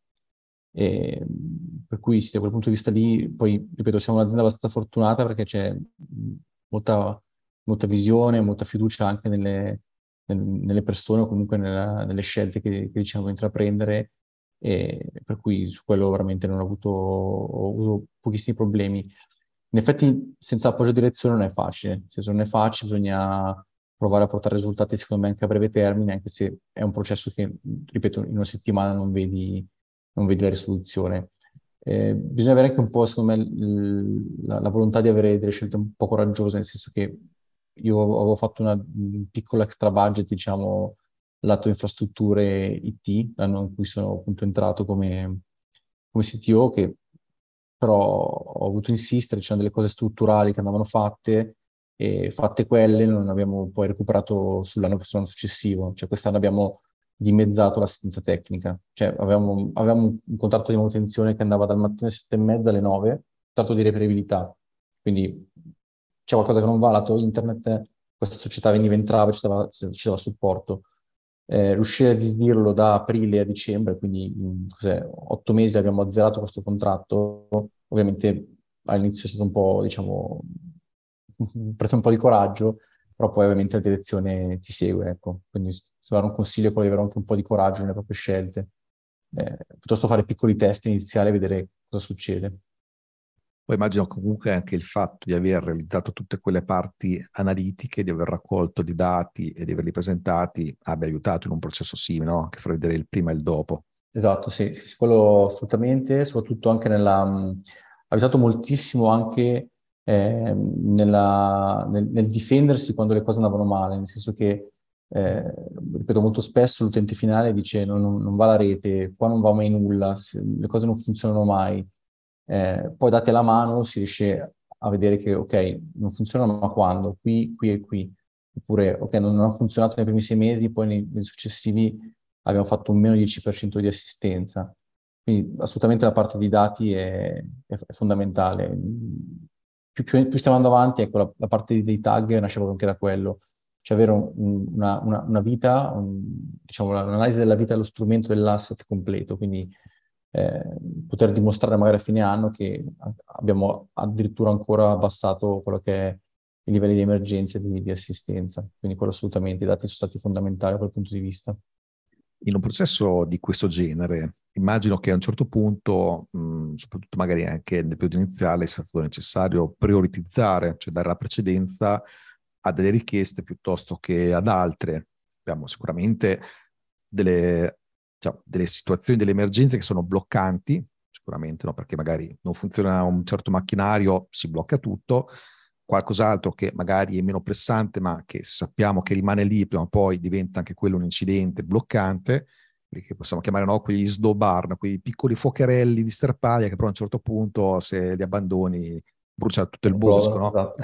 E, per cui sì, da quel punto di vista lì, poi ripeto, siamo un'azienda abbastanza fortunata perché c'è mh, molta, molta visione, molta fiducia anche nelle, nel- nelle persone o comunque nella- nelle scelte che, che diciamo di intraprendere, e per cui su quello veramente non ho avuto, ho avuto pochissimi problemi. In effetti, senza appoggio di direzione non è facile, nel senso non è facile, bisogna provare a portare risultati secondo me anche a breve termine, anche se è un processo che, ripeto, in una settimana non vedi, non vedi la risoluzione. Eh, bisogna avere anche un po', secondo me, l- la, la volontà di avere delle scelte un po' coraggiose, nel senso che io avevo fatto una un piccolo extra budget, diciamo, lato infrastrutture I T, l'anno in cui sono appunto entrato come, come C T O, che però ho avuto insistere, c'erano delle cose strutturali che andavano fatte, e fatte quelle non abbiamo poi recuperato sull'anno sull'anno successivo. Cioè quest'anno abbiamo dimezzato l'assistenza tecnica. Cioè avevamo, avevamo un contratto di manutenzione che andava dal mattino alle sette e mezza alle nove, contratto di reperibilità. Quindi c'è qualcosa che non va, lato internet, questa società veniva, entrava, ci dava, ci dava supporto. Eh, riuscire a disdirlo da aprile a dicembre, quindi in cos'è, otto mesi abbiamo azzerato questo contratto. Ovviamente all'inizio è stato un po', diciamo, prende un po' di coraggio, però poi ovviamente la direzione ti segue, ecco. Quindi se dare un consiglio è quello di avere anche un po' di coraggio nelle proprie scelte. Eh, piuttosto fare piccoli test iniziali e vedere cosa succede. Poi immagino comunque anche il fatto di aver realizzato tutte quelle parti analitiche, di aver raccolto dei dati e di averli presentati abbia aiutato in un processo simile, no? Che fa vedere il prima e il dopo. Esatto, sì, sì, sì, quello assolutamente, soprattutto anche nella... mh, ha aiutato moltissimo anche ehm, nella- nel, nel difendersi quando le cose andavano male, nel senso che, eh, ripeto, molto spesso l'utente finale dice non, non- non va la rete, qua non va mai nulla, se- le cose non funzionano mai. Eh, poi date la mano si riesce a vedere che, ok, non funzionano, ma quando? Qui, qui e qui. Oppure, ok, non, non ha funzionato nei primi sei mesi, poi nei, nei successivi abbiamo fatto un meno dieci per cento di assistenza. Quindi assolutamente la parte di dati è, è- è fondamentale. Più, più- più stiamo andando avanti, ecco, la, la parte dei tag nasce proprio anche da quello. Cioè avere un- una, una- una vita, un- diciamo, l'analisi della vita dello strumento dell'asset completo, quindi eh, poter dimostrare magari a fine anno che a- abbiamo addirittura ancora abbassato quello che è i livelli di emergenza e di, di assistenza. Quindi quello assolutamente, i dati sono stati fondamentali da quel punto di vista. In un processo di questo genere, immagino che a un certo punto, mh, soprattutto magari anche nel periodo iniziale, è stato necessario prioritizzare, cioè dare la precedenza a delle richieste piuttosto che ad altre. Abbiamo sicuramente delle, diciamo, delle situazioni, delle emergenze che sono bloccanti, sicuramente, no? Perché magari non funziona un certo macchinario, si blocca tutto. Qualcos'altro che magari è meno pressante, ma che sappiamo che rimane lì, prima o poi diventa anche quello un incidente bloccante, che possiamo chiamare, no, quegli slow burn, quei piccoli fuocherelli di sterpaglia che però a un certo punto, se li abbandoni, brucia tutto il bosco, Esplodono, no? esatto.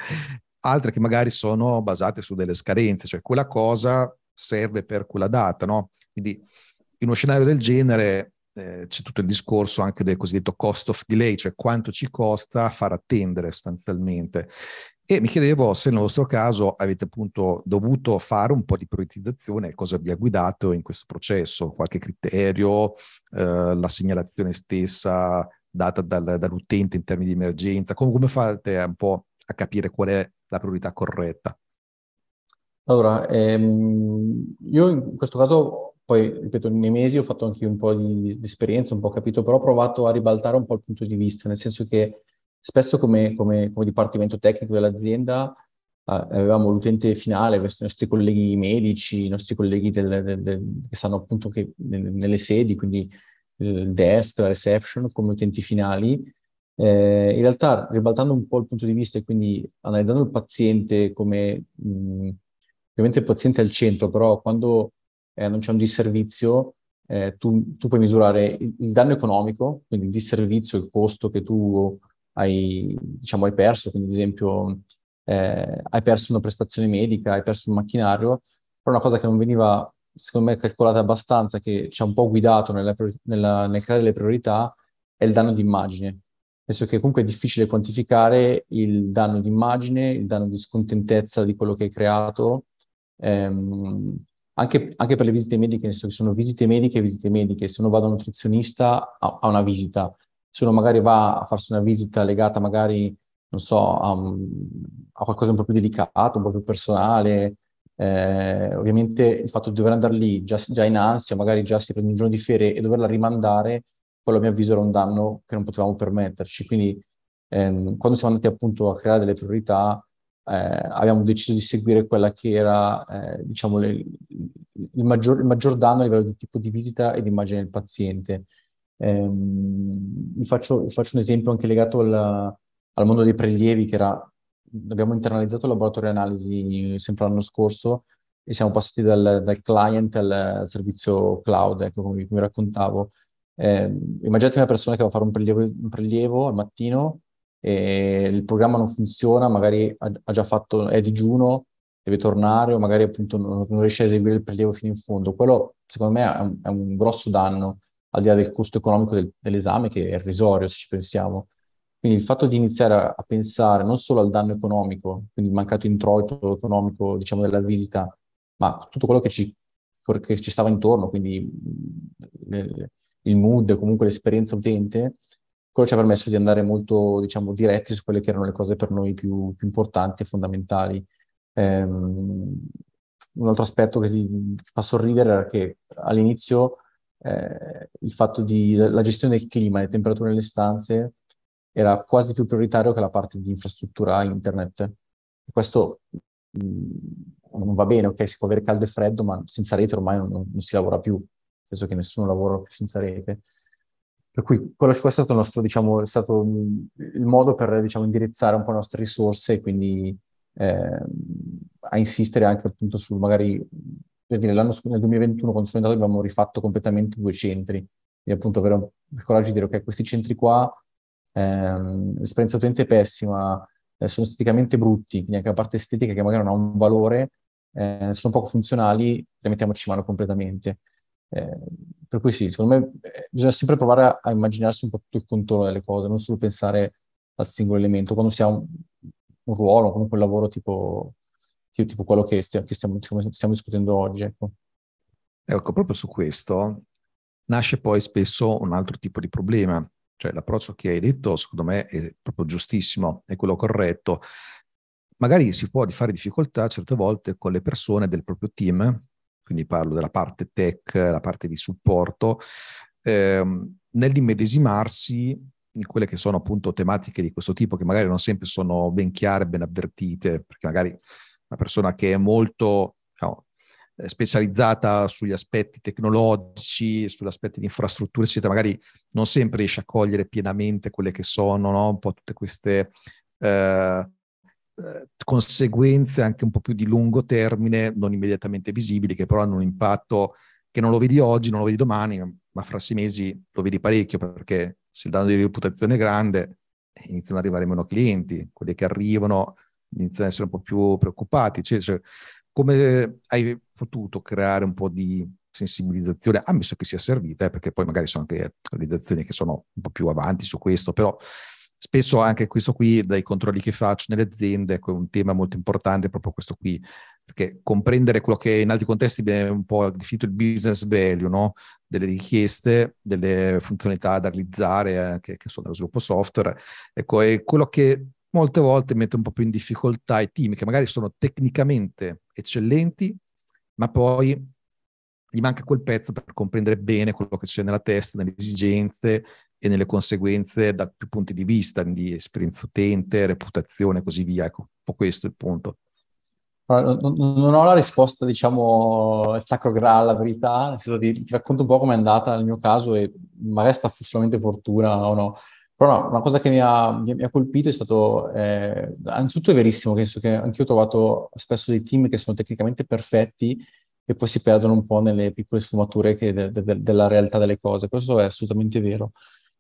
Altre che magari sono basate su delle scadenze, cioè quella cosa serve per quella data, no? Quindi in uno scenario del genere eh, c'è tutto il discorso anche del cosiddetto cost of delay, cioè quanto ci costa far attendere sostanzialmente. E mi chiedevo se nel vostro caso avete appunto dovuto fare un po' di prioritizzazione, cosa vi ha guidato in questo processo, qualche criterio, eh, la segnalazione stessa data dal, dall'utente in termini di emergenza, come, come fate un po' a capire qual è la priorità corretta? Allora, ehm, io in questo caso, poi ripeto, nei mesi ho fatto anche un po' di, di esperienza, un po' capito, però ho provato a ribaltare un po' il punto di vista, nel senso che spesso come, come- come dipartimento tecnico dell'azienda eh, avevamo l'utente finale, questi nostri colleghi medici, i nostri colleghi del- del- del- che stanno appunto che- nel- nelle sedi, quindi il desk, la reception, come utenti finali. Eh, in realtà, ribaltando un po' il punto di vista e quindi analizzando il paziente come... mh, ovviamente il paziente è al centro, però quando eh, non c'è un disservizio, eh, tu, tu puoi misurare il, il danno economico, quindi il disservizio, il costo che tu hai, diciamo, hai perso, quindi ad esempio eh, hai perso una prestazione medica, hai perso un macchinario, però una cosa che non veniva, secondo me, calcolata abbastanza, che ci ha un po' guidato nella priori- nella- nel creare le priorità, è il danno d'immagine. Nel senso che comunque è difficile quantificare il danno d'immagine, il danno di scontentezza di quello che hai creato, ehm, anche, anche per le visite mediche, nel senso che sono visite mediche e visite mediche. Se uno va da un nutrizionista, ha, ha una visita. Se uno magari va a farsi una visita legata magari, non so, a, un- a qualcosa un po' più delicato, un po' più personale, eh, ovviamente il fatto di dover andare lì già, già in ansia, magari già si prende un giorno di ferie e doverla rimandare, quello a mio avviso era un danno che non potevamo permetterci. Quindi ehm, quando siamo andati appunto a creare delle priorità, eh, abbiamo deciso di seguire quella che era, eh, diciamo, le- il maggior, il maggior danno a livello di tipo di visita e di immagine del paziente. Ehm, vi faccio, vi faccio un esempio anche legato al, al mondo dei prelievi, che era, abbiamo internalizzato il laboratorio analisi sempre l'anno scorso e siamo passati dal, dal client al, al servizio cloud, ecco, come, come raccontavo. Eh, immaginate una persona che va a fare un prelievo, un prelievo al mattino e il programma non funziona, magari ha, ha già fatto, è digiuno, deve tornare o magari appunto non, non riesce a eseguire il prelievo fino in fondo. Quello secondo me è un, è un grosso danno, al di là del costo economico del- dell'esame, che è irrisorio se ci pensiamo. Quindi il fatto di iniziare a, a pensare non solo al danno economico, quindi il mancato introito economico, diciamo, della visita, ma tutto quello che ci, che ci stava intorno, quindi mh, il il mood, comunque l'esperienza utente, quello ci ha permesso di andare molto, diciamo, diretti su quelle che erano le cose per noi più, più importanti e fondamentali. Ehm, un altro aspetto che, si, che fa sorridere era che all'inizio eh, il fatto di la gestione del clima e le temperature nelle stanze era quasi più prioritario che la parte di infrastruttura internet. E questo mh, non va bene, ok? Si può avere caldo e freddo, ma senza rete ormai non, non si lavora più. senso che nessuno lavora più senza rete. Per cui quello, questo è stato il nostro, diciamo, è stato il modo per, diciamo, indirizzare un po' le nostre risorse e quindi eh, a insistere anche appunto su magari, per dire, l'anno nel duemilaventuno quando sono andato abbiamo rifatto completamente due centri, e appunto avere il coraggio di dire ok, questi centri qua, ehm, l'esperienza utente è pessima, eh, sono esteticamente brutti, quindi anche la parte estetica che magari non ha un valore, eh, sono poco funzionali, le mettiamoci mano completamente. Eh, per cui sì, secondo me eh, bisogna sempre provare a, a immaginarsi un po' tutto il contorno delle cose, non solo pensare al singolo elemento. Quando si ha un, un ruolo, comunque un lavoro tipo, tipo, tipo quello che, stia, che stiamo, stiamo discutendo oggi, ecco. Ecco, proprio su questo nasce poi spesso un altro tipo di problema. Cioè l'approccio che hai detto, secondo me, è proprio giustissimo, è quello corretto. Magari si può fare difficoltà certe volte con le persone del proprio team, quindi parlo della parte tech, la parte di supporto, ehm, nell'immedesimarsi in quelle che sono appunto tematiche di questo tipo, che magari non sempre sono ben chiare, ben avvertite, perché magari una persona che è molto, diciamo, specializzata sugli aspetti tecnologici, sugli aspetti di infrastrutture, eccetera, magari non sempre riesce a cogliere pienamente quelle che sono, no? Un po' tutte queste eh, eh, conseguenze anche un po' più di lungo termine, non immediatamente visibili, che però hanno un impatto che non lo vedi oggi, non lo vedi domani, ma fra sei mesi lo vedi parecchio, perché se il danno di reputazione è grande, iniziano ad arrivare meno clienti, quelli che arrivano iniziano ad essere un po' più preoccupati, cioè, cioè come hai potuto creare un po' di sensibilizzazione, ammesso che sia servita, eh, perché poi magari sono anche organizzazioni che sono un po' più avanti su questo, però spesso anche questo qui, dai controlli che faccio nelle aziende, ecco, è un tema molto importante proprio questo qui, perché comprendere quello che in altri contesti viene un po' definito il business value, no? Delle richieste, delle funzionalità da realizzare, eh, che, che sono nello sviluppo software, ecco, è quello che molte volte mette un po' più in difficoltà i team che magari sono tecnicamente eccellenti, ma poi gli manca quel pezzo per comprendere bene quello che c'è nella testa, nelle esigenze e nelle conseguenze da più punti di vista, di esperienza utente, reputazione e così via. Ecco, un po' questo è il punto. Non, non ho la risposta, diciamo, il sacro graal, la verità, nel senso ti, ti racconto un po' com'è andata nel mio caso e magari sta solamente fortuna o no. Però no, una cosa che mi ha, mi ha colpito è stato, eh, anzitutto è verissimo, penso che anch'io ho trovato spesso dei team che sono tecnicamente perfetti e poi si perdono un po' nelle piccole sfumature che de, de, de, della realtà delle cose, questo è assolutamente vero.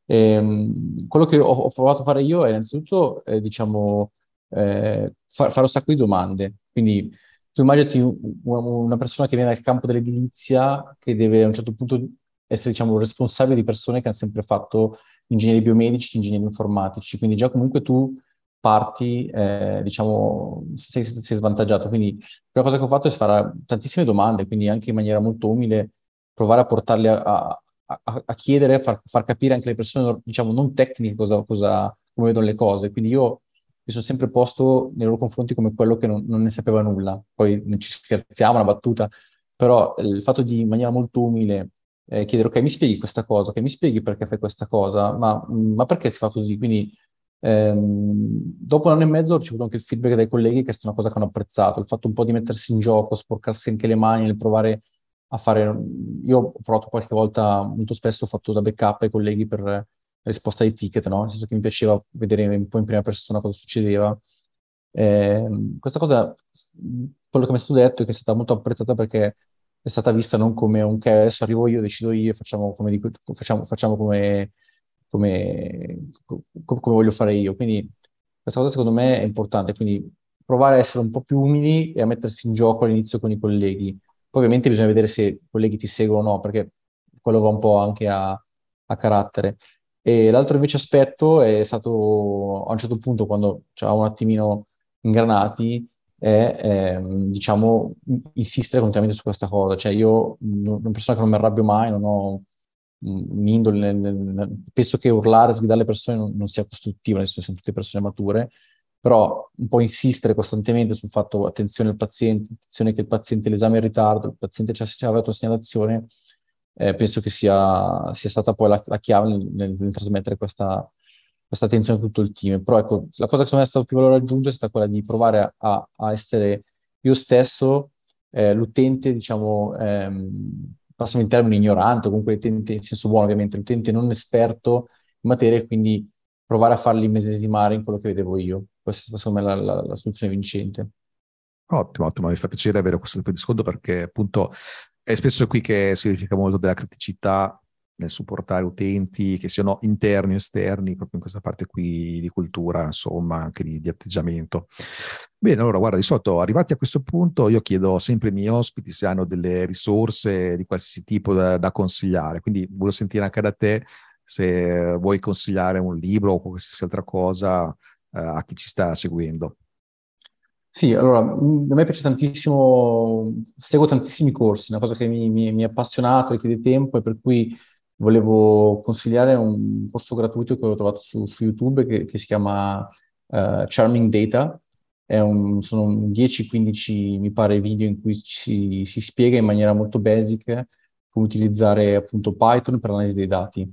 E, quello che ho, ho provato a fare io è innanzitutto, eh, diciamo, eh, fa, fare un sacco di domande. Quindi tu immaginati una persona che viene dal campo dell'edilizia che deve a un certo punto essere, diciamo, responsabile di persone che hanno sempre fatto ingegneri biomedici, ingegneri informatici, quindi già comunque tu parti, eh, diciamo, sei, sei svantaggiato. Quindi la prima cosa che ho fatto è fare tantissime domande, quindi anche in maniera molto umile provare a portarle a, a, a, a chiedere, far, far capire anche le persone, diciamo, non tecniche cosa, cosa, come vedono le cose. Quindi io mi sono sempre posto nei loro confronti come quello che non, non ne sapeva nulla. Poi ci scherziamo, una battuta, però il fatto di, in maniera molto umile, eh, chiedere, ok, mi spieghi questa cosa, ok, mi spieghi perché fai questa cosa, ma, ma perché si fa così? Quindi ehm, dopo un anno e mezzo ho ricevuto anche il feedback dai colleghi che è stata una cosa che hanno apprezzato, il fatto un po' di mettersi in gioco, sporcarsi anche le mani nel provare a fare... Io ho provato qualche volta, molto spesso ho fatto da backup ai colleghi per risposta ai ticket, no? Nel senso che mi piaceva vedere un po' in prima persona cosa succedeva. Eh, questa cosa, quello che mi è stato detto è che è stata molto apprezzata perché è stata vista non come un che adesso arrivo io, decido io, facciamo come, dico, facciamo, facciamo come, come, come voglio fare io. Quindi questa cosa secondo me è importante, quindi provare a essere un po' più umili e a mettersi in gioco all'inizio con i colleghi. Poi ovviamente bisogna vedere se i colleghi ti seguono o no, perché quello va un po' anche a, a carattere. E l'altro invece aspetto è stato a un certo punto, quando ci eravamo un attimino ingranati, è ehm, diciamo insistere continuamente su questa cosa. Cioè io, mh, una persona che non mi arrabbio mai, non ho mh, un'indole, nel- nel- nel- penso che urlare, sgridare le persone non, non sia costruttivo, nel senso che siamo tutte persone mature, però un po' insistere costantemente sul fatto, attenzione al paziente, attenzione che il paziente l'esame è in ritardo, il paziente ci ha ci ha avuto segnalazione, eh, penso che sia, sia stata poi la, la chiave nel, nel- nel trasmettere questa, questa attenzione a tutto il team. Però ecco, la cosa che secondo me è stato più valore aggiunto è stata quella di provare a, a essere io stesso, eh, l'utente, diciamo, ehm, passami il termine, ignorante, o comunque l'utente, in senso buono ovviamente, l'utente non esperto in materia, e quindi provare a farli immedesimare in quello che vedevo io. Questa è stata secondo me la, la, la soluzione vincente. Ottimo, ottimo, mi fa piacere avere questo tipo di sconto, perché appunto è spesso qui che si verifica molto della criticità nel supportare utenti, che siano interni o esterni, proprio in questa parte qui di cultura, insomma, anche di, di atteggiamento. Bene, allora guarda, di solito arrivati a questo punto io chiedo sempre ai miei ospiti se hanno delle risorse di qualsiasi tipo da, da consigliare, quindi voglio sentire anche da te se vuoi consigliare un libro o qualsiasi altra cosa eh, a chi ci sta seguendo. Sì, allora, mh, a me piace tantissimo, seguo tantissimi corsi, una cosa che mi, mi, mi è appassionato, richiede tempo, e per cui volevo consigliare un corso gratuito che ho trovato su, su YouTube che, che si chiama uh, Charming Data. È un, sono dieci quindici, mi pare, video in cui ci, si spiega in maniera molto basic come utilizzare appunto Python per l'analisi dei dati.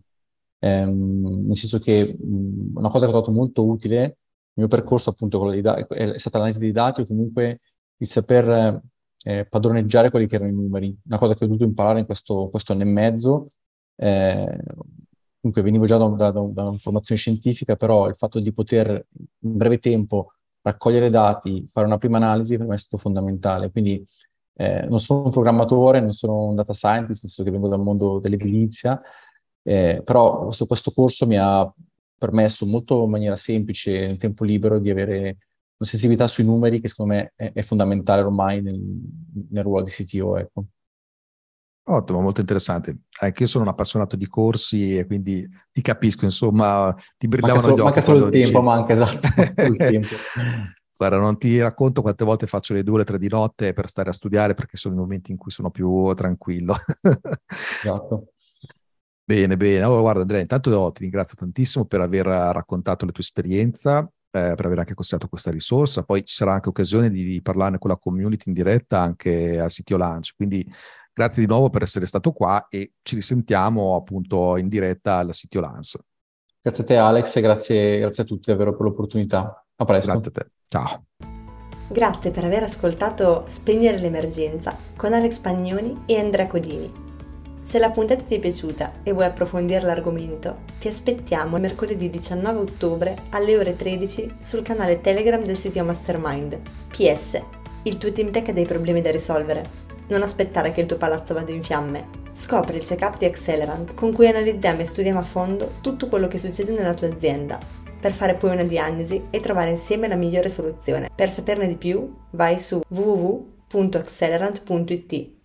Ehm, nel senso che mh, una cosa che ho trovato molto utile, il mio percorso appunto quello dei da- è stata l'analisi dei dati, o comunque il saper eh, padroneggiare quelli che erano i numeri, una cosa che ho dovuto imparare in questo, questo anno e mezzo. Eh, comunque venivo già da, da, da una formazione scientifica, però il fatto di poter in breve tempo raccogliere dati, fare una prima analisi per me è stato fondamentale. Quindi eh, non sono un programmatore, non sono un data scientist, nel senso che vengo dal mondo dell'edilizia, eh, però questo, questo corso mi ha permesso molto in maniera semplice, nel tempo libero, di avere una sensibilità sui numeri che secondo me è, è fondamentale ormai nel, nel ruolo di C T O, ecco. Ottimo, molto interessante. Anche io sono un appassionato di corsi e quindi ti capisco, insomma, ti Manca brillavano solo, gli manca occhi solo quando il tempo, dicevi. manca, esatto, manca solo il tempo. Guarda, non ti racconto quante volte faccio le due o le tre di notte per stare a studiare, perché sono i momenti in cui sono più tranquillo. Esatto. Bene, bene. Allora, guarda, Andrea, intanto ti ringrazio tantissimo per aver raccontato la tua esperienza, eh, per aver anche consigliato questa risorsa. Poi ci sarà anche occasione di, di parlarne con la community in diretta anche al sito Lunch. Quindi grazie di nuovo per essere stato qua e ci risentiamo appunto in diretta al sito Lunch. Grazie a te Alex, e grazie, grazie a tutti davvero per l'opportunità. A presto. Grazie a te. Ciao. Grazie per aver ascoltato Spegnere l'emergenza con Alex Pagnoni e Andrea Codini. Se la puntata ti è piaciuta e vuoi approfondire l'argomento, ti aspettiamo mercoledì diciannove ottobre alle ore tredici sul canale Telegram del sito Mastermind. P S. Il tuo team tech ha dei problemi da risolvere? Non aspettare che il tuo palazzo vada in fiamme. Scopri il check-up di Accelerant, con cui analizziamo e studiamo a fondo tutto quello che succede nella tua azienda, per fare poi una diagnosi e trovare insieme la migliore soluzione. Per saperne di più, vai su w w w punto accelerant punto i t.